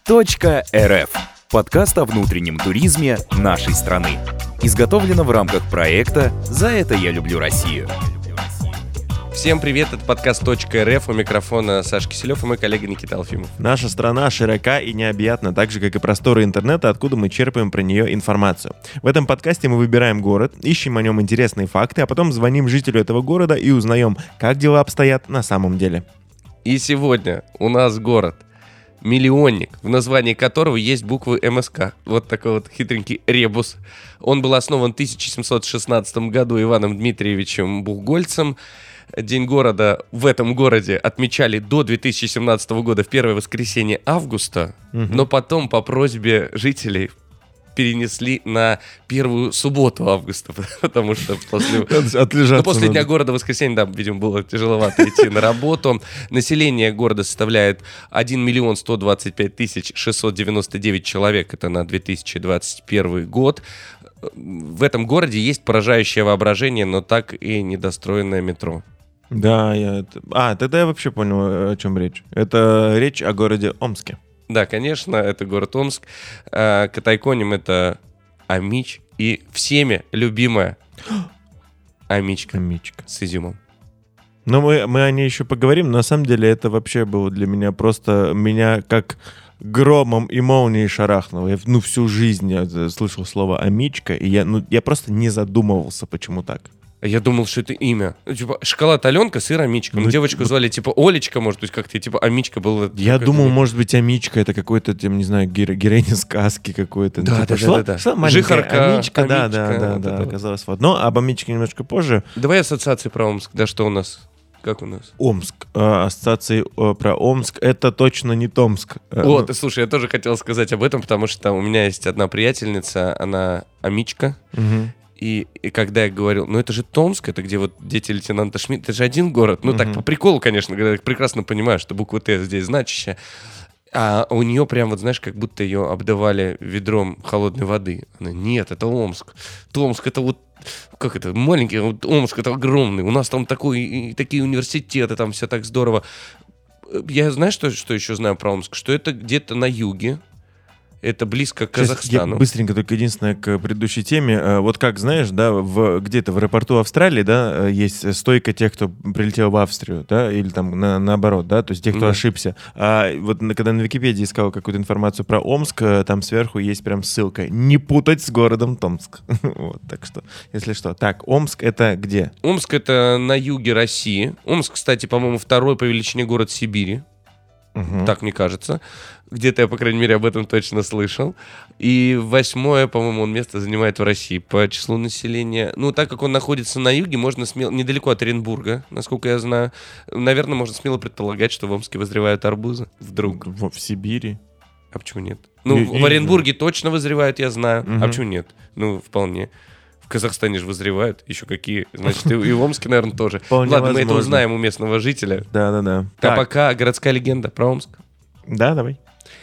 .рф. Подкаст о внутреннем туризме нашей страны. Изготовлено в рамках проекта «За это я люблю Россию». Всем привет, это подкаст .рф, у микрофона Саша Киселев и мой коллега Никита Алфимов. Наша страна широка и необъятна, так же, как и просторы интернета, откуда мы черпаем про нее информацию. В этом подкасте мы выбираем город, ищем о нем интересные факты, а потом звоним жителю этого города и узнаем, как дела обстоят на самом деле. И сегодня у нас город-миллионник, в названии которого есть буквы МСК. Вот такой вот хитренький ребус. Он был основан в 1716 году Иваном Дмитриевичем Бухгольцем. День города в этом городе отмечали до 2017 года в первое воскресенье августа, но потом по просьбе жителей перенесли на первую субботу августа, потому что после Дня города воскресенье, да, видимо, было тяжеловато идти на работу. Население города составляет 1 125 699 человек, это на 2021 год. В этом городе есть поражающее воображение, но так и недостроенное метро. Да, тогда я вообще понял, о чем речь. Это речь о городе Омске. Да, конечно, это город Омск. Катайконим — это Амич и всеми любимая Амичка с изюмом. Но мы о ней еще поговорим. На самом деле это вообще было для меня просто... Меня как громом и молнией шарахнуло. Я всю жизнь слышал слово «Амичка», и я просто не задумывался, почему так. Я думал, что это имя. Типа шоколад Аленка, сыр Амичка. Девочку звали типа Олечка, может быть, как-то типа Амичка была. Я думал, может быть, Амичка это какой-то, не знаю, героиня сказки какой-то. Да. Жихарка. Амичка, да, оказалось. Вот. Но об Амичке немножко позже. Давай ассоциации про Омск. Да, что у нас? Как у нас? Омск. Ассоциации про Омск. Это точно не Томск. Слушай, я тоже хотел сказать об этом, потому что у меня есть одна приятельница, она Амичка. И когда я говорил, это же Томск, это где вот дети лейтенанта Шмидта, это же один город. Так по приколу, конечно, я прекрасно понимаю, что буква Т здесь значащая. А у нее прям вот, знаешь, как будто ее обдавали ведром холодной воды. Она: нет, это Омск. Томск — это вот, как это, маленький, вот Омск — это огромный. У нас там такие университеты, там все так здорово. Я знаю, что еще знаю про Омск, что это где-то на юге. Это близко к Казахстану. Я быстренько, только единственное, к предыдущей теме. Вот как, знаешь, да, где-то в аэропорту Австралии, да, есть стойка тех, кто прилетел в Австрию, да, или там наоборот, да, то есть тех, кто ошибся. А вот когда на Википедии искал какую-то информацию про Омск, там сверху есть прям ссылка: не путать с городом Томск. Вот, так что, если что. Так, Омск — это где? Омск — это на юге России. Омск, кстати, по-моему, второй по величине город Сибири. Так мне кажется. Где-то я, по крайней мере, об этом точно слышал. И 8-е, по-моему, он место занимает в России по числу населения. Так как он находится на юге, можно смело, недалеко от Оренбурга, насколько я знаю. Наверное, можно смело предполагать, что в Омске вызревают арбузы. Вдруг. В Сибири? А почему нет? В Оренбурге точно вызревают, я знаю. А почему нет? Вполне. В Казахстане же вызревают. Еще какие. Значит, и в Омске, наверное, тоже. Ладно, возможно. Мы это узнаем у местного жителя. Да. А пока городская легенда про Омск. Да, давай.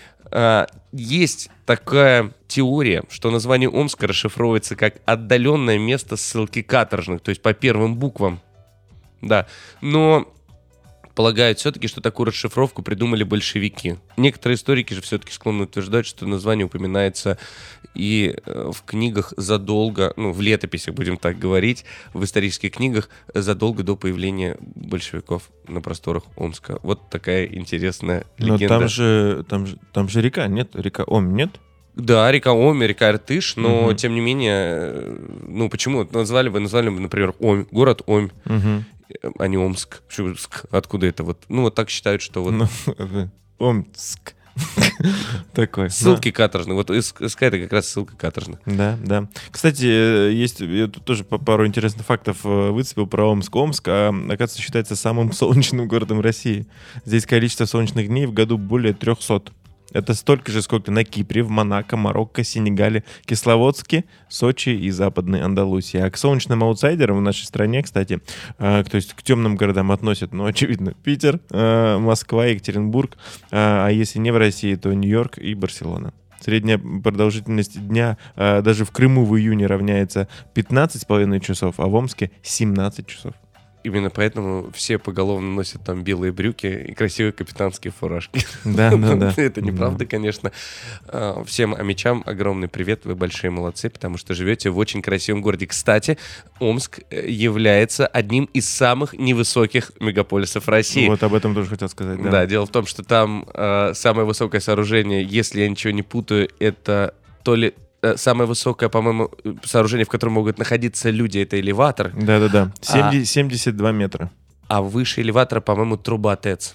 Есть такая теория, что название Омска расшифровывается как отдаленное место ссылки каторжных, то есть по первым буквам. Да, но полагают все-таки, что такую расшифровку придумали большевики. Некоторые историки же все-таки склонны утверждать, что название упоминается и в книгах задолго, в летописях, будем так говорить, в исторических книгах задолго до появления большевиков на просторах Омска. Вот такая интересная легенда. Но там же река, нет? Река Омь, нет? Да, река Омь, река Иртыш, но тем не менее, почему назвали бы, например, Омь, город Омь, а не Омск. Откуда это вот? Вот так считают, что вот... Омск. Такой. Ссылки каторжные. Вот СК — это как раз ссылка каторжных. Да. Кстати, я тут тоже пару интересных фактов выцепил про Омск. Омск, оказывается, считается самым солнечным городом России. Здесь количество солнечных дней в году более 300. Это столько же, сколько на Кипре, в Монако, Марокко, Сенегале, Кисловодске, Сочи и Западной Андалусии. А к солнечным аутсайдерам в нашей стране, кстати, то есть к темным городам относят, очевидно, Питер, Москва, Екатеринбург, а если не в России, то Нью-Йорк и Барселона. Средняя продолжительность дня даже в Крыму в июне равняется 15,5 часов, а в Омске 17 часов. именно поэтому все поголовно носят там белые брюки и красивые капитанские фуражки. Да. Это неправда, конечно. Всем амичам огромный привет, вы большие молодцы, потому что живете в очень красивом городе. Кстати, Омск является одним из самых невысоких мегаполисов России. Вот об этом тоже хотел сказать, да. Да, дело в том, что там самое высокое сооружение, если я ничего не путаю, это то ли самое высокое, по-моему, сооружение, в котором могут находиться люди, это элеватор. Да. 72 метра. А выше элеватора, по-моему, труба ТЭЦ.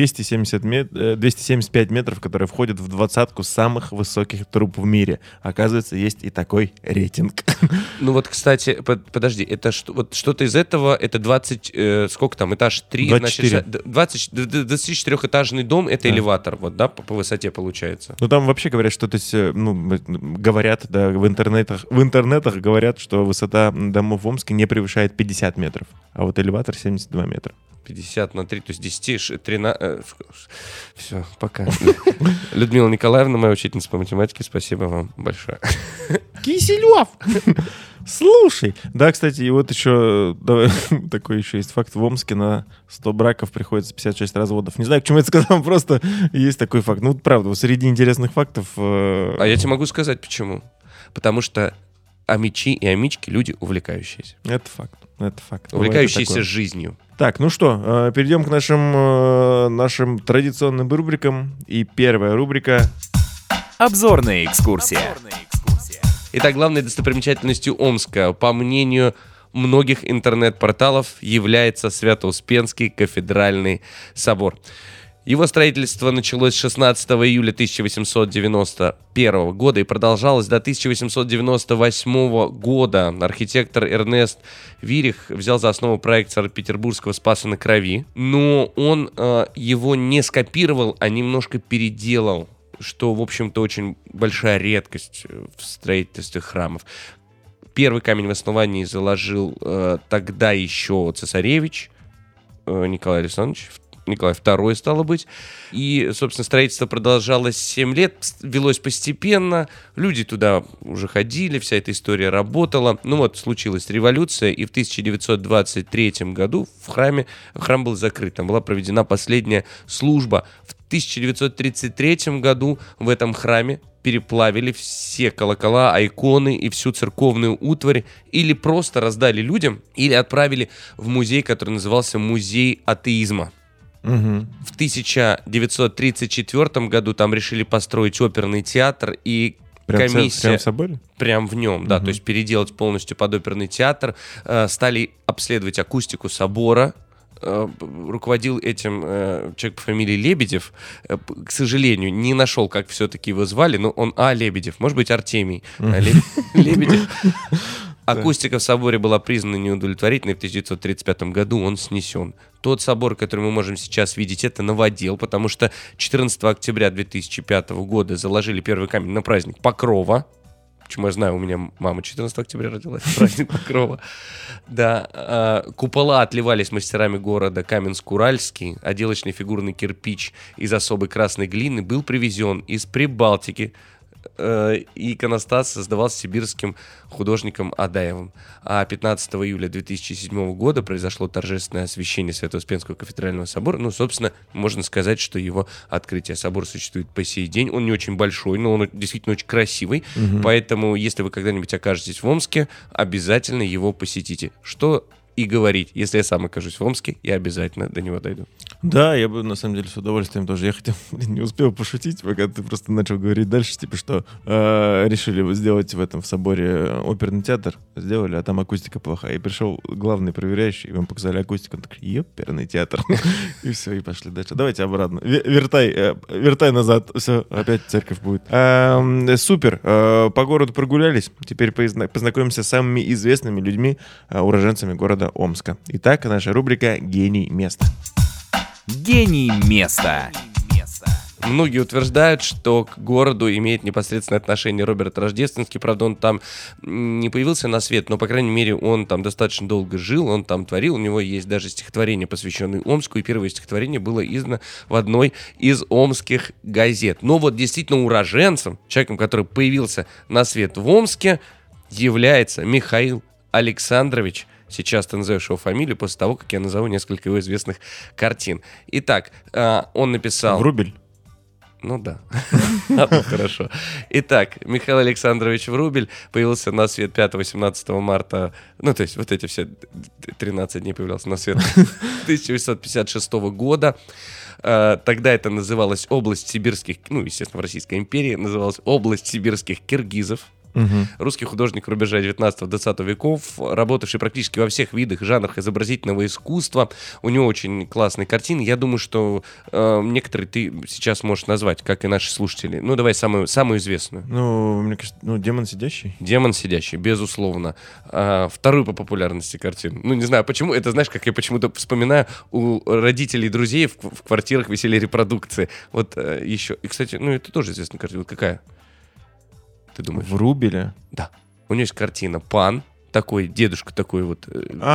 275 метров, которые входят в 20-ку самых высоких труб в мире. Оказывается, есть и такой рейтинг. Ну вот, кстати, подожди, это вот что-то из этого, это 20, сколько там, этаж 3? 24. Значит, 24-этажный дом, это элеватор, вот, да, по высоте получается. Ну, там вообще говорят, что, то есть, говорят, да, в интернетах говорят, что высота домов в Омске не превышает 50 метров, а вот элеватор 72 метра. 50 на 3, то есть 10, 13... Все, пока. Людмила Николаевна, моя учительница по математике, спасибо вам большое. Киселев! Слушай! Да, кстати, и вот еще такой еще есть факт. В Омске на 100 браков приходится 56 разводов. Не знаю, к чему я это сказал, просто есть такой факт. Ну, правда, среди интересных фактов... А я тебе могу сказать, почему. Потому что амичи и амички — люди увлекающиеся. Это факт. Увлекающиеся жизнью. Так, ну что, перейдем к нашим традиционным рубрикам. И первая рубрика... Обзорная экскурсия. Итак, главной достопримечательностью Омска, по мнению многих интернет-порталов, является Свято-Успенский кафедральный собор. Его строительство началось 16 июля 1891 года и продолжалось до 1898 года. Архитектор Эрнест Вирих взял за основу проект Санкт-Петербургского Спаса на Крови, но он его не скопировал, а немножко переделал, что, в общем-то, очень большая редкость в строительстве храмов. Первый камень в основании заложил тогда еще цесаревич Николай Александрович, Николай II, стало быть. И, собственно, строительство продолжалось 7 лет, велось постепенно, люди туда уже ходили, вся эта история работала. Ну вот, случилась революция, и в 1923 году храм был закрыт, там была проведена последняя служба. В 1933 году в этом храме переплавили все колокола, иконы и всю церковную утварь, или просто раздали людям, или отправили в музей, который назывался «Музей атеизма». Угу. В 1934 году там решили построить оперный театр, и комиссия... Прям в соборе? Прям в нем, да, то есть переделать полностью под оперный театр. Стали обследовать акустику собора. Руководил этим человек по фамилии Лебедев. К сожалению, не нашел, как все-таки его звали, но он Лебедев, может быть, Артемий Лебедев. Акустика в соборе была признана неудовлетворительной. В 1935 году он снесен. Тот собор, который мы можем сейчас видеть, это Новодел, потому что 14 октября 2005 года заложили первый камень на праздник Покрова. Почему я знаю, у меня мама 14 октября родилась, праздник Покрова. Да, купола отливались мастерами города Каменск-Уральский. Отделочный фигурный кирпич из особой красной глины был привезен из Прибалтики. И иконостас создавался сибирским художником Адаевым. А 15 июля 2007 года произошло торжественное освящение Свято-Успенского кафедрального собора. Ну, собственно, можно сказать, что его открытие. Собор существует по сей день. Он не очень большой, но он действительно очень красивый. Поэтому, если вы когда-нибудь окажетесь в Омске, обязательно его посетите. Что и говорить, если я сам окажусь в Омске, я обязательно до него дойду. Да, я бы, на самом деле, с удовольствием тоже. Я хотел, не успел пошутить, пока ты просто начал говорить дальше, типа, что решили сделать в соборе оперный театр, сделали, а там акустика плохая. И пришел главный проверяющий, и вам показали акустику, он такой, оперный театр. И все, и пошли дальше. Давайте обратно. Вертай назад. Все, опять церковь будет. Супер. По городу прогулялись. Теперь познакомимся с самыми известными людьми, уроженцами города Омска. Итак, наша рубрика «Гений места». Гений места. Многие утверждают, что к городу имеет непосредственное отношение Роберт Рождественский. Правда, он там не появился на свет, но, по крайней мере, он там достаточно долго жил, он там творил. У него есть даже стихотворение, посвященное Омску, и первое стихотворение было издано в одной из омских газет. Но вот действительно уроженцем, человеком, который появился на свет в Омске, является Михаил Александрович Сейчас ты назовешь его фамилию после того, как я назову несколько его известных картин. Итак, он написал... Врубель. Ну да. Ладно, хорошо. Итак, Михаил Александрович Врубель появился на свет 5-18 марта, ну, то есть вот эти все 13 дней появлялся на свет 1856 года. Тогда это называлось область сибирских, ну, естественно, в Российской империи называлась область сибирских киргизов. Русский художник рубежа 19-20 веков, работавший практически во всех видах, жанрах изобразительного искусства. У него очень классные картины. Я думаю, что некоторые ты сейчас можешь назвать, как и наши слушатели. Ну, давай самую известную. Ну, мне кажется, «Демон сидящий». «Демон сидящий», безусловно. Вторую по популярности картину. Ну, не знаю, почему. Это, знаешь, как я почему-то вспоминаю, у родителей и друзей в квартирах висели репродукции. Вот еще. И, кстати, ну, это тоже известная картина. Вот какая? Ты думаешь? Врубеля? Да. У него есть картина «Пан». Такой, дедушка такой вот.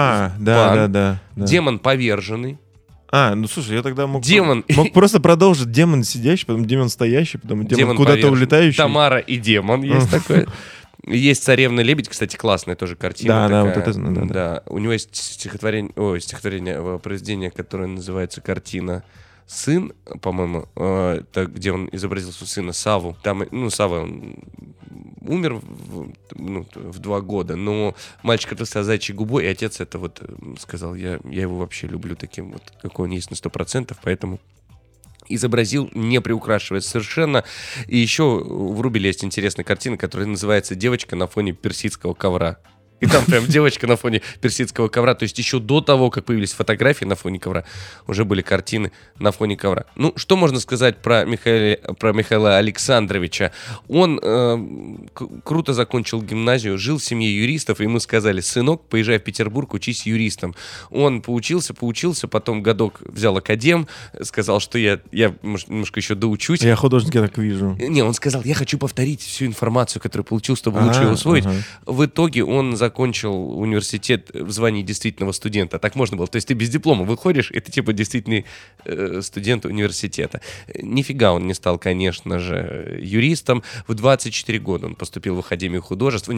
Да. «Демон поверженный». Ну слушай, я тогда мог просто продолжить «Демон сидящий», потом «Демон стоящий», потом «Демон куда-то улетающий». «Тамара и демон» есть такой. Есть «Царевна лебедь», кстати, классная тоже картина. Да, вот это, да. У него есть произведение, которое называется «Картина сын», по-моему, где он изобразил своего сына Савву. Там, Савва, он умер в 2 года, но мальчик отрастал зайчьей губой, и отец это вот сказал, я его вообще люблю таким вот, какой он есть на 100%, поэтому изобразил, не приукрашивая совершенно. И еще в Врубеле есть интересная картина, которая называется «Девочка на фоне персидского ковра». И там прям девочка на фоне персидского ковра. То есть еще до того, как появились фотографии на фоне ковра, уже были картины на фоне ковра. Ну, что можно сказать про Михаила Александровича? Он круто закончил гимназию, жил в семье юристов, и ему сказали: сынок, поезжай в Петербург, учись юристом. Он поучился, потом годок взял академ, сказал, что я может, немножко еще доучусь. Я художник, я так вижу. Не, он сказал, я хочу повторить всю информацию, которую получил, чтобы лучше ее усвоить. В итоге он закончил университет в звании действительного студента. Так можно было. То есть ты без диплома выходишь, и ты типа действительный студент университета. Нифига он не стал, конечно же, юристом. В 24 года он поступил в Академию художеств.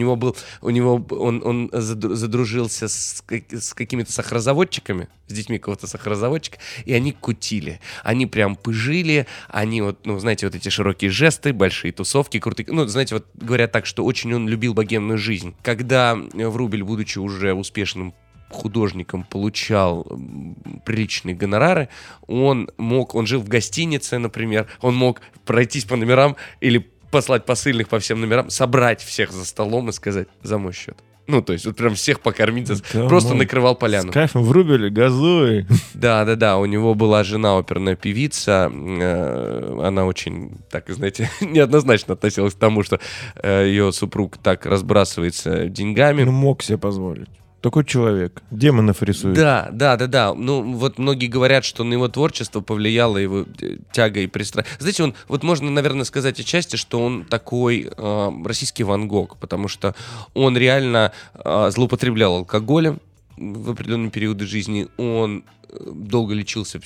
Он задружился с какими-то сахарозаводчиками, с детьми какого-то сахарозаводчика, и они кутили. Они прям пыжили, они вот, знаете, вот эти широкие жесты, большие тусовки, крутые. Знаете, вот говорят так, что очень он любил богемную жизнь. Когда Врубель, будучи уже успешным художником, получал приличные гонорары, он жил в гостинице, например, он мог пройтись по номерам или послать посыльных по всем номерам, собрать всех за столом и сказать: за мой счет. То есть вот прям всех покормить, просто накрывал поляну. С кайфом Врубель, газуй. Да, у него была жена, оперная певица, она очень, так, знаете, неоднозначно относилась к тому, что ее супруг так разбрасывается деньгами. Мог себе позволить. Такой человек. Демонов рисует. Да. Вот многие говорят, что на его творчество повлияла его тяга и пристрастие. Знаете, вот можно, наверное, сказать отчасти, что он такой российский Ван Гог, потому что он реально злоупотреблял алкоголем в определенные периоды жизни. Он долго лечился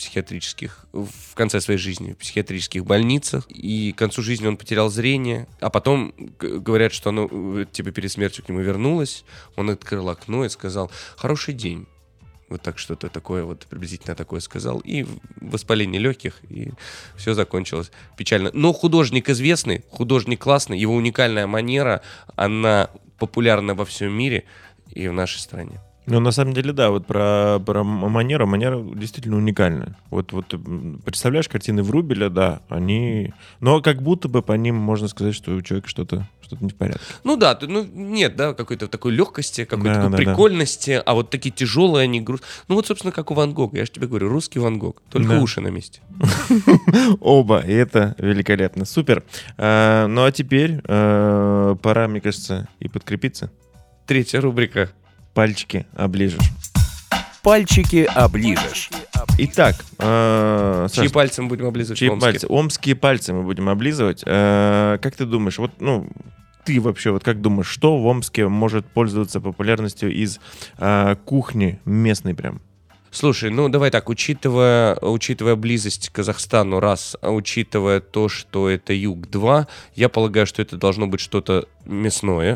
в конце своей жизни в психиатрических больницах, и к концу жизни он потерял зрение, а потом говорят, что оно перед смертью к нему вернулось, он открыл окно и сказал: хороший день. Вот так что-то такое, вот приблизительно такое сказал, и воспаление легких, и все закончилось печально. Но художник известный, художник классный, его уникальная манера, она популярна во всем мире и в нашей стране. На самом деле, да, вот про манеру. Манера действительно уникальная. Вот представляешь, картины Врубеля, да, они... Но как будто бы по ним можно сказать, что у человека что-то не в порядке. Нет, да, какой-то такой легкости, какой-то такой прикольности, а вот такие тяжелые, они грустные. Вот, собственно, как у Ван Гога. Я же тебе говорю, русский Ван Гог, только уши на месте. Оба, и это великолепно. Супер. А теперь пора, мне кажется, и подкрепиться. Третья рубрика. Пальчики оближешь. Пальчики оближешь. Итак, чьи пальцы мы будем облизывать? Омские пальцы мы будем облизывать. Как ты думаешь, ты вообще как думаешь, что в Омске может пользоваться популярностью из кухни местной прям? Слушай, давай так, учитывая близость к Казахстану, раз, учитывая то, что это юг, два, я полагаю, что это должно быть что-то мясное.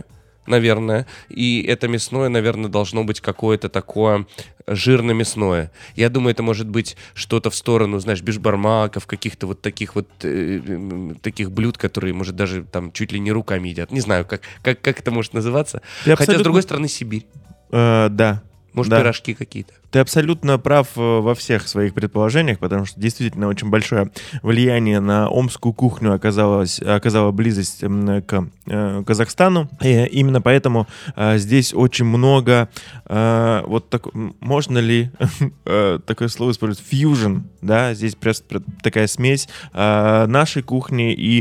наверное. И это мясное, наверное, должно быть какое-то такое жирно-мясное. Я думаю, это может быть что-то в сторону, знаешь, бишбармаков, каких-то вот таких таких блюд, которые, может, даже там чуть ли не руками едят. Не знаю, как это может называться. Хотя, с другой стороны, Сибирь. Да. Может, да. пирожки какие-то. Ты абсолютно прав во всех своих предположениях, потому что действительно очень большое влияние на омскую кухню оказала близость к Казахстану. И именно поэтому здесь очень много можно ли такое слово использовать, фьюжн, да, здесь просто такая смесь нашей кухни и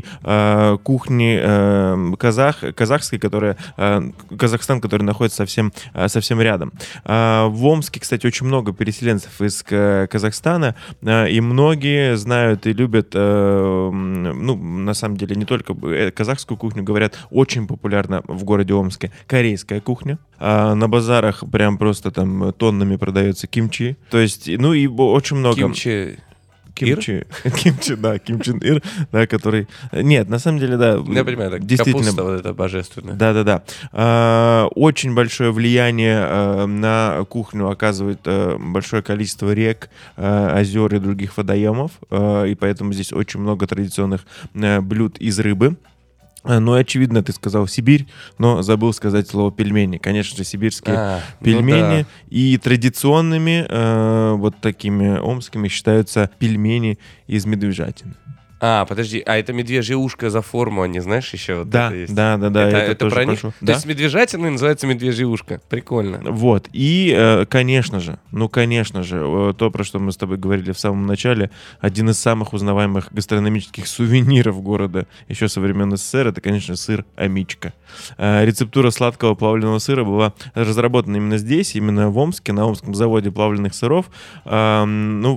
кухни казахской, Казахстан, который находится совсем рядом. В Омске, кстати, очень много переселенцев из Казахстана, и многие знают и любят, на самом деле, не только казахскую кухню, говорят, очень популярна в городе Омске корейская кухня. На базарах прям просто там тоннами продается кимчи. То есть, и очень много... Кимчи, Ким Чен Ир, да, который... Нет, на самом деле, да. Я понимаю, так, действительно, капуста вот эта божественная. Да. Очень большое влияние на кухню оказывает большое количество рек, озер и других водоемов, и поэтому здесь очень много традиционных блюд из рыбы. Ну и очевидно, ты сказал Сибирь, но забыл сказать слово пельмени. Конечно же, сибирские пельмени. И традиционными, вот такими омскими, считаются пельмени из медвежатины. Подожди, это медвежье ушко за форму, они, знаешь, еще вот да, это есть? Да. Это про них? Да? То есть медвежатина называется медвежье ушко. Прикольно. Вот. И, конечно же, то, про что мы с тобой говорили в самом начале, один из самых узнаваемых гастрономических сувениров города еще со времен СССР, это, конечно, сыр амичка. Рецептура сладкого плавленного сыра была разработана именно здесь, именно в Омске, на Омском заводе плавленных сыров. Он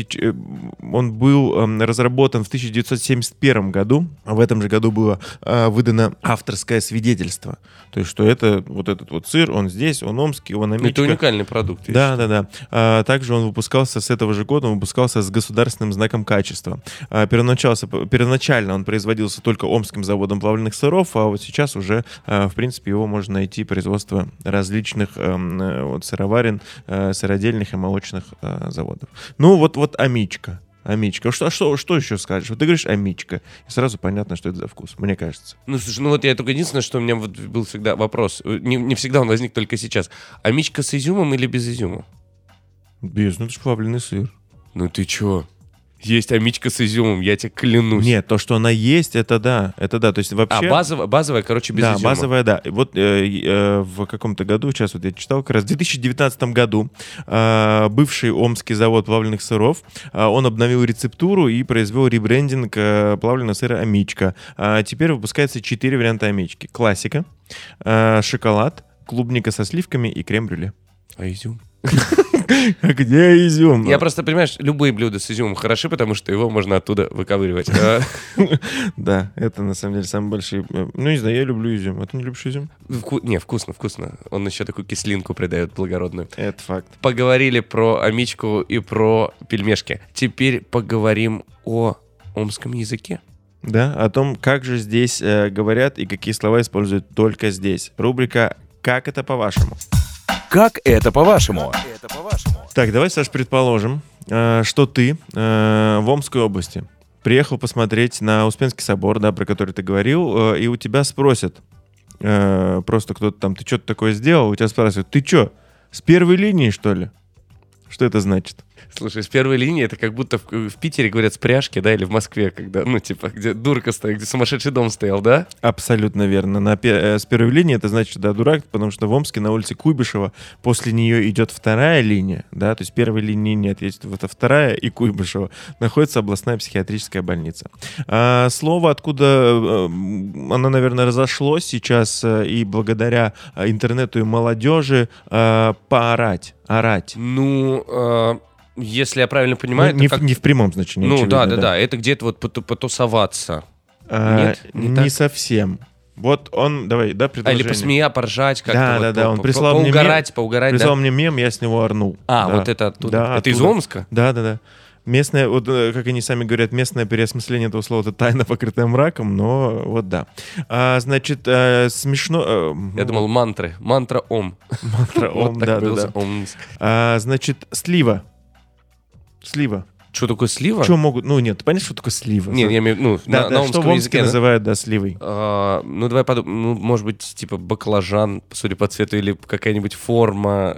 был разработан в 1971 году. В этом же году было выдано авторское свидетельство. То есть, что это вот этот вот сыр, он здесь, он омский, он амичка. Это уникальный продукт. Да. Также он выпускался с этого же года, он выпускался с государственным знаком качества. Первоначально он производился только Омским заводом плавленных сыров, а вот сейчас уже, в принципе, его можно найти производство различных сыроварен, сыродельных и молочных заводов. Ну, вот амичка. Амичка. Что еще скажешь? Вот ты говоришь амичка, и сразу понятно, что это за вкус, мне кажется. Ну, слушай, я только единственное, что у меня вот был всегда вопрос, не всегда он возник, только сейчас. Амичка с изюмом или без изюма? Без, это же плавленый сыр. Ну ты чё? Есть амичка с изюмом, я тебе клянусь. Нет, то, что она есть, это да. То есть вообще... базовая, короче, без изюма. Да, базовая, да. Вот в каком-то году, сейчас вот я читал, как раз в 2019 году бывший Омский завод плавленных сыров, он обновил рецептуру и произвел ребрендинг плавленого сыра амичка. Теперь выпускается 4 варианта амички. Классика, шоколад, клубника со сливками и крем-брюле. А изюм? А где изюм? Я просто, понимаешь, любые блюда с изюмом хороши, потому что его можно оттуда выковыривать. Да, это на самом деле самые большие... Ну, не знаю, я люблю изюм. А ты не любишь изюм? Не, вкусно. Он еще такую кислинку придает благородную. Это факт. Поговорили про амичку и про пельмешки. Теперь поговорим о омском языке. Да, о том, как же здесь говорят и какие слова используют только здесь. Рубрика «Как это по-вашему?». Как это по-вашему? Так, давай, Саш, предположим, что ты в Омской области приехал посмотреть на Успенский собор, да, про который ты говорил, и у тебя спросят, просто кто-то там, ты что-то такое сделал, у тебя спрашивают, ты что, с первой линии, что ли? Что это значит? Слушай, с первой линии это как будто в Питере говорят с пряжки, да, или в Москве, когда, где дурка стоит, где сумасшедший дом стоял, да? Абсолютно верно. С первой линии это значит, да, дурак, потому что в Омске на улице Куйбышева после нее идет вторая линия, да, то есть первой линии нет, есть вот вторая и Куйбышева, находится областная психиатрическая больница. Слово, откуда оно, наверное, разошлось сейчас и благодаря интернету и молодежи, поорать, орать. Если я правильно понимаю... Не в прямом значении. Да. Это где-то вот потусоваться. Нет? Не совсем. Вот он, давай, да, предложение. Или поржать как-то. Да. Он прислал мне поугарать, прислал мне мем, я с него орнул. Вот это оттуда. Да, это из Омска? Да. Местное, вот как они сами говорят, местное переосмысление этого слова — это тайна, покрытая мраком, но вот да. Значит, смешно... Я думал, мантры. Мантра Ом. Мантра Ом, Вот так появился да. Омск. Значит, слива. Слива. Что такое слива? Что могут... Ну нет, ты понимаешь, что такое слива? Не, я имею в виду, Да, на что в омском Омске языке, да? называют, да, сливой. Ну, давай подумаем. Ну, может быть, типа баклажан, судя по цвету, или какая-нибудь форма.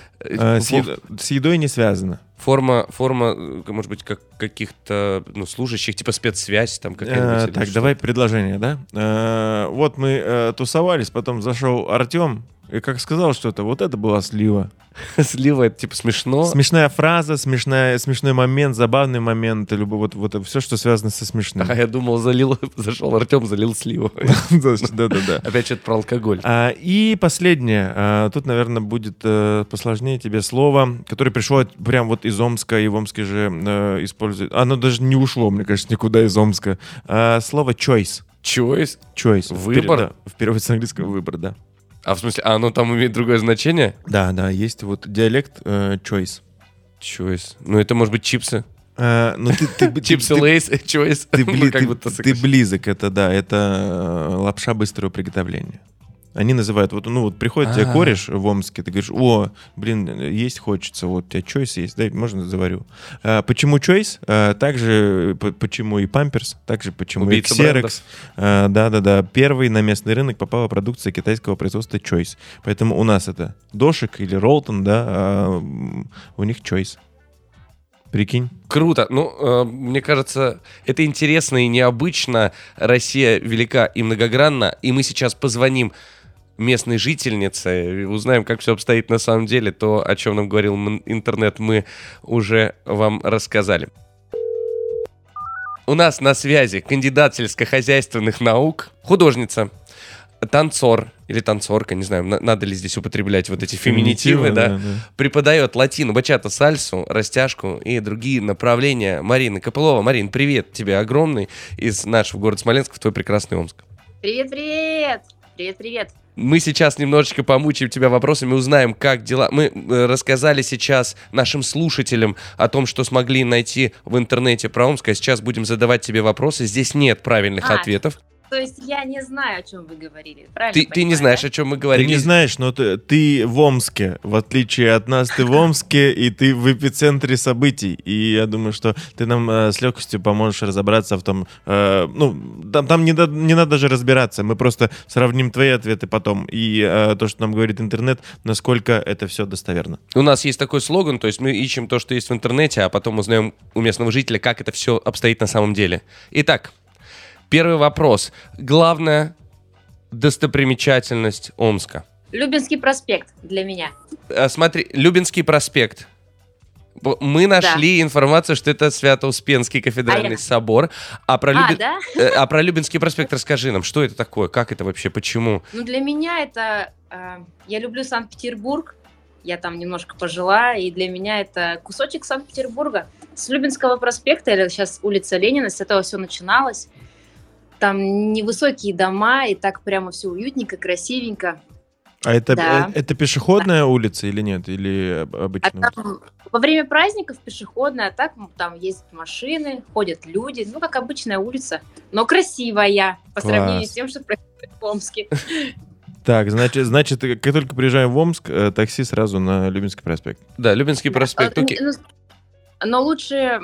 С едой не связано. Форма, может быть, как каких-то служащих, типа спецсвязь там какая-нибудь. Так, давай предложение, да? Вот мы тусовались, потом зашел Артем, и как сказал что-то, вот это была слива. Слива, это типа смешно. Смешная фраза, смешной момент, забавный момент, вот все, что связано со смешным. А я думал, зашел Артем, залил сливу. Да. Опять что-то про алкоголь. И последнее. Тут, наверное, будет посложнее тебе слово, которое пришло прям вот из Омска, и в Омске же используют. Оно даже не ушло, мне кажется, никуда из Омска. Слово choice. Choice? Choice. Выбор? В переводе с английского выбор, да. А в смысле, оно там имеет другое значение? Да, есть вот диалект choice. Choice. Ну, это может быть чипсы. Чипсы Лейс, choice. Ты близок, это да, это лапша быстрого приготовления. Они называют, приходит тебе кореш в Омске, ты говоришь, есть хочется, вот у тебя choice есть, дай, можно заварю. Почему choice? Также почему и памперс, также почему Убийца и Xerox. Да. Первый на местный рынок попала продукция китайского производства choice. Поэтому у нас это Дошик или Ролтон, да, а у них choice. Прикинь. Круто. Мне кажется, это интересно и необычно. Россия велика и многогранна, и мы сейчас позвоним местной жительнице, узнаем, как все обстоит на самом деле. То, о чем нам говорил интернет, мы уже вам рассказали. У нас на связи кандидат сельскохозяйственных наук, художница, танцор или танцорка, не знаю, надо ли здесь употреблять вот эти феминитивы, да. Преподает латину, бачата, сальсу, растяжку и другие направления. Марина Копылова. Марин, привет тебе огромный из нашего города Смоленска в твой прекрасный Омск. Привет! Привет! Мы сейчас немножечко помучаем тебя вопросами, узнаем, как дела. Мы рассказали сейчас нашим слушателям о том, что смогли найти в интернете про Омск, а сейчас будем задавать тебе вопросы. Здесь нет правильных ответов. То есть я не знаю, о чем вы говорили, правильно? Ты не знаешь, о чем мы говорили. Ты не знаешь, но ты в Омске. В отличие от нас, ты в Омске, и ты в эпицентре событий. И я думаю, что ты нам с легкостью поможешь разобраться в том... там не надо даже разбираться. Мы просто сравним твои ответы потом. И то, что нам говорит интернет, насколько это все достоверно. У нас есть такой слоган, то есть мы ищем то, что есть в интернете, а потом узнаем у местного жителя, как это все обстоит на самом деле. Итак, первый вопрос. Главная достопримечательность Омска. Любинский проспект для меня. Смотри, Любинский проспект. Мы нашли информацию, что это Свято-Успенский кафедральный собор. А про Любинский проспект расскажи нам, что это такое, как это вообще, почему? Для меня это... Я люблю Санкт-Петербург. Я там немножко пожила, и для меня это кусочек Санкт-Петербурга. С Любинского проспекта, или сейчас улица Ленина, с этого все начиналось. Там невысокие дома, и так прямо все уютненько, красивенько. А это пешеходная улица или нет? Или обычная? Во время праздников пешеходная, а так там ездят машины, ходят люди. Как обычная улица, но красивая по сравнению с тем, что происходит в Омске. Так, значит, как только приезжаем в Омск, такси сразу на Любинский проспект. Да, Любинский проспект. Но лучше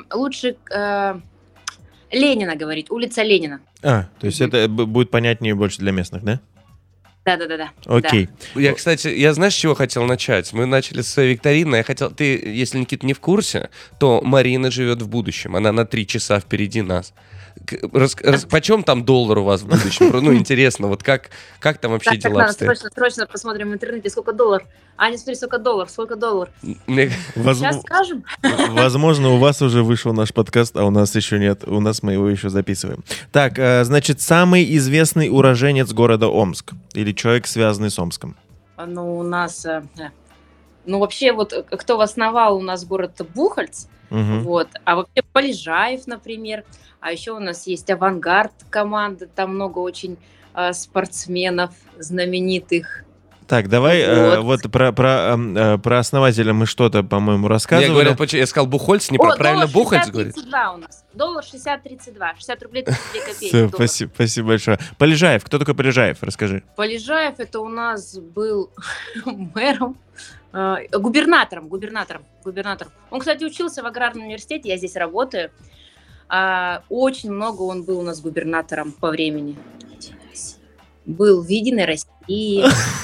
Ленина говорить, улица Ленина. То есть это будет понятнее больше для местных, да? Да. Окей. Я, кстати, знаешь, с чего хотел начать? Мы начали с своей викторины. Ты, если, Никита, не в курсе, то Марина живет в будущем. Она на 3 часа впереди нас. Почем там доллар у вас в будущем? Интересно, вот как там вообще дела обстоят? Срочно посмотрим в интернете, сколько долларов. Аня, смотри, сколько долларов. Сейчас скажем. Возможно, у вас уже вышел наш подкаст, а у нас еще нет. У нас мы его еще записываем. Так, значит, самый известный уроженец города Омск. Или человек, связанный с Омском. У нас... вообще, кто основал у нас город Бухальц, а вообще Полежаев, например. А еще у нас есть «Авангард» команда, там много очень спортсменов знаменитых. Так, давай вот про основателя мы что-то, по-моему, рассказывали. Я сказал Бухольц, правильно Бухольц говорит? $60.32 у нас. $60.32. 60 рублей 32 Все, копейки. спасибо большое. Полежаев. Кто такой Полежаев? Расскажи. Полежаев это у нас был мэром, губернатором. Он, кстати, учился в аграрном университете, я здесь работаю. Очень много он был у нас губернатором по времени. Был в «Единой России».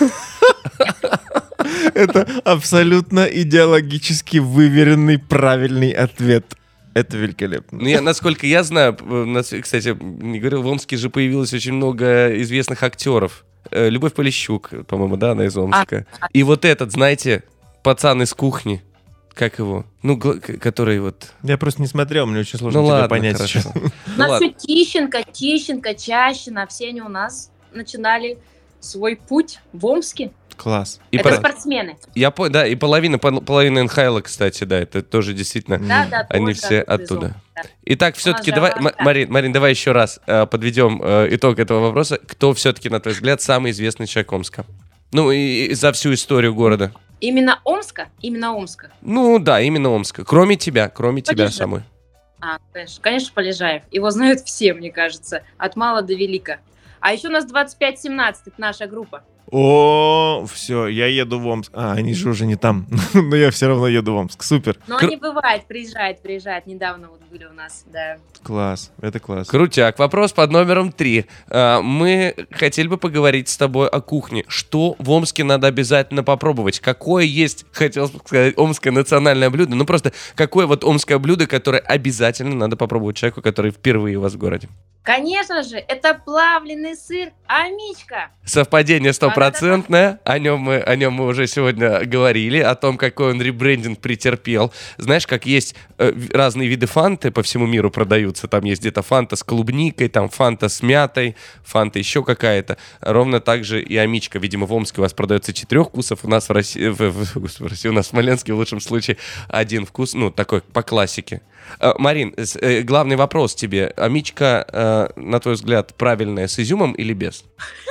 Это абсолютно идеологически выверенный правильный ответ. Это великолепно. Ну, насколько я знаю, кстати, не говорил, в Омске же появилось очень много известных актеров. Любовь Полищук, по-моему, да, она из Омска. И вот этот, знаете, пацан из кухни. Как его? Ну, который вот... Я просто не смотрел, мне очень сложно тебя понять сейчас. У нас все Тищенко, Чащина, все они у нас начинали свой путь в Омске. Класс. Это спортсмены. Я понял, да, и половина НХЛ, кстати, да, это тоже действительно, да, они тоже все оттуда. Да. Итак, все-таки давай, Марин, давай еще раз подведем итог этого вопроса. Кто все-таки, на твой взгляд, самый известный человек Омска? Ну, и за всю историю города. Именно Омска? Ну, да, именно Омска. Кроме тебя самой. Конечно, Полежаев. Его знают все, мне кажется, от мала до велика. А еще у нас 2517, это наша группа. О, все, я еду в Омск. Они же уже не там. Но я все равно еду в Омск. Супер. Но они бывают, приезжают. Недавно вот были у нас, да. Класс, это класс. Крутяк. Вопрос под номером 3. Мы хотели бы поговорить с тобой о кухне. Что в Омске надо обязательно попробовать? Какое есть, хотел сказать, омское национальное блюдо? Ну просто какое вот омское блюдо, которое обязательно надо попробовать человеку, который впервые у вас в городе? Конечно же, это плавленый сыр Амичка. Совпадение стопроцентное. О нем мы уже сегодня говорили, о том, какой он ребрендинг претерпел. Знаешь, как есть разные виды фанты по всему миру продаются. Там есть где-то фанта с клубникой, там фанта с мятой, фанта еще какая-то. Ровно так же и Амичка. Видимо, в Омске у вас продается 4 вкусов. У нас в России, у нас в Смоленске в лучшем случае 1 вкус, ну, такой по классике. Марин, главный вопрос тебе. Амичка, на твой взгляд, правильная с изюмом или без?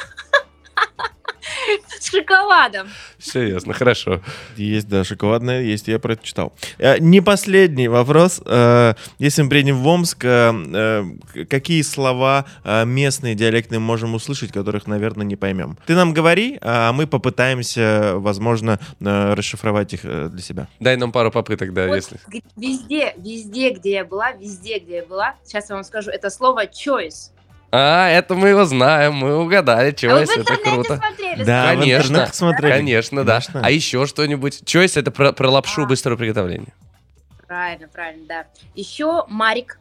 С шоколадом. Все ясно, хорошо. Есть, да, шоколадная, есть, я про это читал. Не последний вопрос. Если мы приедем в Омск, какие слова местные, диалектные можем услышать, которых, наверное, не поймем? Ты нам говори, а мы попытаемся, возможно, расшифровать их для себя. Дай нам пару попыток, да, вот если... Везде, где я была, сейчас я вам скажу, это слово choice. Это мы его знаем, мы угадали, choice, вы в это интернете круто. смотрели? Да, Конечно, в интернете смотрели. Конечно, да. Конечно. А еще что-нибудь? Choice — это про лапшу быстрого приготовления. Правильно, да. Еще Марик.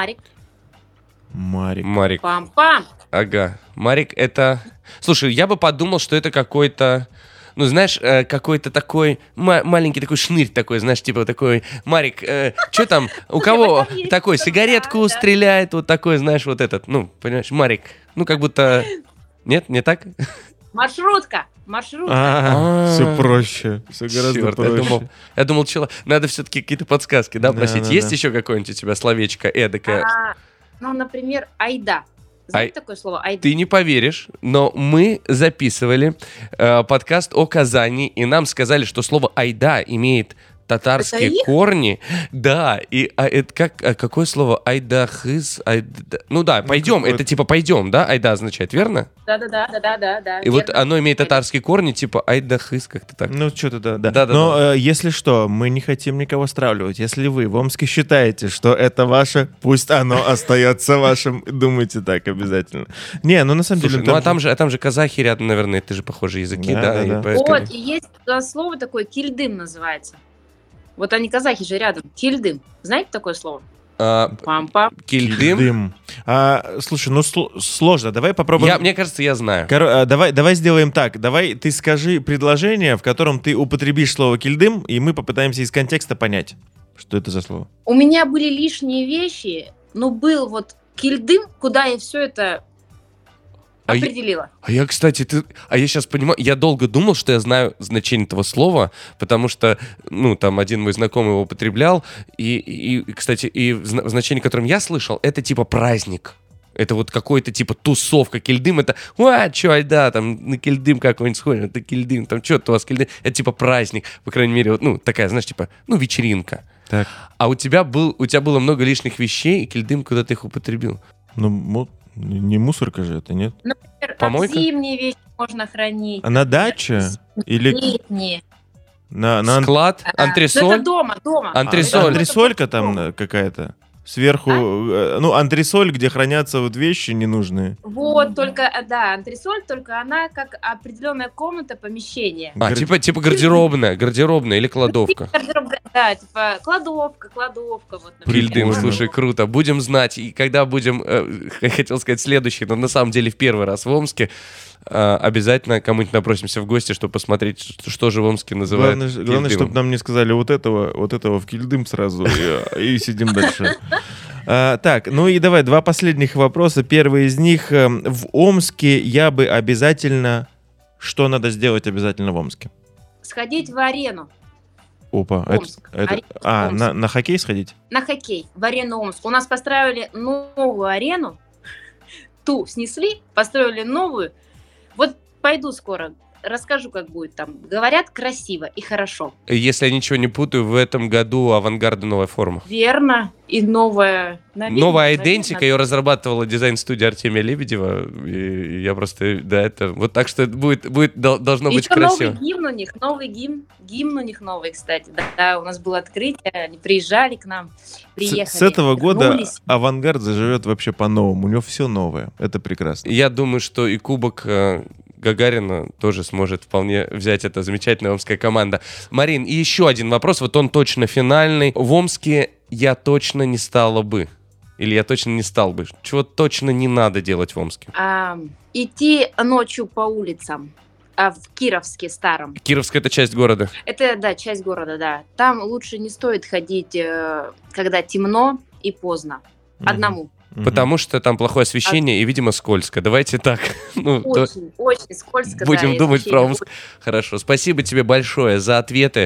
Пам-пам. Ага. Марик — это... Слушай, я бы подумал, что это какой-то... Ну, знаешь, какой-то такой маленький такой шнырь такой, знаешь, типа такой, Марик, что там, у кого такой, сигаретку стреляет, вот такой, знаешь, вот этот, ну, понимаешь, Марик, ну, как будто, нет, не так? Маршрутка. Все проще, все гораздо проще. Я думал, надо все-таки какие-то подсказки, да, просить. Есть еще какое-нибудь у тебя словечко эдакое? Ну, например, айда. Знаете такое слово айда? Ты не поверишь, но мы записывали подкаст о Казани, и нам сказали, что слово айда имеет татарские корни. Да, и это какое слово? Айдахыз? Ну да, пойдем, это типа пойдем, да? Айда означает, верно? Да. И вот оно имеет татарские корни, типа айдахыз, как-то так. Ну, что-то да. Но если что, мы не хотим никого стравливать. Если вы в Омске считаете, что это ваше, пусть оно остается вашим. Думайте так обязательно. Не, ну на самом деле... Ну а там же казахи рядом, наверное, это же похожие языки, да? Вот, и есть слово такое, кильдым называется. Вот они, казахи же рядом. Кильдым. Знаете такое слово? Пам-пам. Кильдым. Слушай, ну сложно. Давай попробуем. Мне кажется, я знаю. Давай сделаем так. Давай ты скажи предложение, в котором ты употребишь слово кильдым, и мы попытаемся из контекста понять, что это за слово. У меня были лишние вещи, но был вот кильдым, куда я все это определила. Я, кстати, я сейчас понимаю, я долго думал, что я знаю значение этого слова, потому что, ну, там один мой знакомый его употреблял, и кстати, и в значении, которым я слышал, это типа праздник. Это вот какой-то типа тусовка. Кильдым это, там на Кильдым какой-нибудь сходим, это Кильдым, там что-то у вас Кильдым. Это типа праздник, по крайней мере, вот, ну, такая, знаешь, типа, ну, вечеринка. Так. А у тебя было много лишних вещей, и Кильдым, куда ты их употребил? Ну, не мусорка же это, нет? Например, Помойка? там зимние вещи можно хранить. А на даче? Или Летние. на Склад, Ну, антресоль? это дома. Антресоль. антресолька там какая-то? Сверху, ну, антресоль, где хранятся вот вещи ненужные. Вот, только, да, антресоль, только она как определенная комната, помещение. Типа гардеробная или кладовка. Да, типа кладовка, вот. например. Кильдым, Прикольно. слушай, круто. Будем знать, и когда будем, хотел сказать следующий, но на самом деле в первый раз в Омске, обязательно кому-нибудь напросимся в гости, чтобы посмотреть, что же в Омске называют Главное, Кильдымом. чтобы нам не сказали вот этого в Кильдым сразу, и сидим дальше. Так, ну и давай, 2 последних вопроса. Первый из них. В Омске я бы обязательно... Что надо сделать обязательно в Омске? Сходить в арену. Опа. Омск. Арена, Омск. На хоккей сходить? На хоккей, в арену Омск. У нас построили новую арену, ту снесли, построили новую. Вот пойду скоро, расскажу, как будет там. Говорят, красиво и хорошо. Если я ничего не путаю, в этом году у «Авангарда» новая форма. Верно. И новая... Новая идентика, ее разрабатывала дизайн-студия Артемия Лебедева. И я просто, да, это... Вот так что должно быть красиво. Новый гимн у них новый, кстати. Да, у нас было открытие, они приезжали к нам, приехали. С этого года вернулись. «Авангард» заживет вообще по-новому. У него все новое. Это прекрасно. Я думаю, что и кубок Гагарина тоже сможет вполне взять эта замечательная омская команда. Марин, и еще один вопрос, вот он точно финальный. В Омске я точно не стала бы, или я точно не стал бы. Чего точно не надо делать в Омске? Идти ночью по улицам. В Кировске старом. Кировск — это часть города. Это, да, часть города, да. Там лучше не стоит ходить, когда темно и поздно. Одному. Потому что там плохое освещение и, видимо, скользко. Давайте так. Очень скользко. Будем думать про Омск. Хорошо. Спасибо тебе большое за ответы.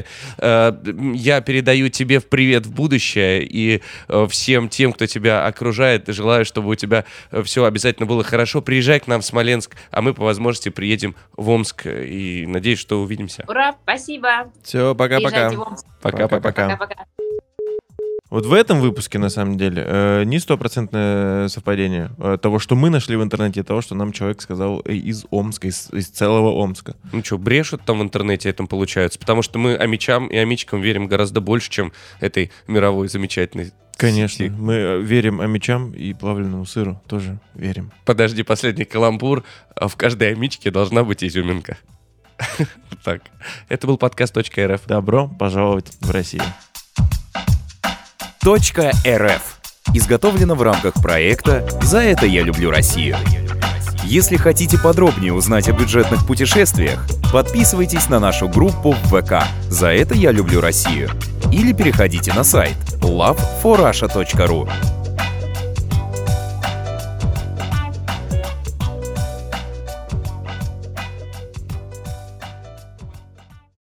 Я передаю тебе привет в будущее и всем тем, кто тебя окружает. Желаю, чтобы у тебя все обязательно было хорошо. Приезжай к нам в Смоленск, а мы по возможности приедем в Омск. И надеюсь, что увидимся. Ура, спасибо. Все, пока-пока. Приезжайте в Омск. Пока-пока. Пока-пока. Вот в этом выпуске, на самом деле, не 100% совпадение того, что мы нашли в интернете, того, что нам человек сказал из Омска, из целого Омска. Ну что, брешут там в интернете этим получается? Потому что мы омичам и омичкам верим гораздо больше, чем этой мировой замечательной Конечно, сети. мы верим омичам и плавленному сыру тоже верим. Подожди, последний каламбур. В каждой омичке должна быть изюминка. Так, это был подкаст .рф. Добро пожаловать в Россию. .рф. Изготовлено в рамках проекта «За это я люблю Россию». Если хотите подробнее узнать о бюджетных путешествиях, подписывайтесь на нашу группу в ВК «За это я люблю Россию» или переходите на сайт loveforrussia.ru.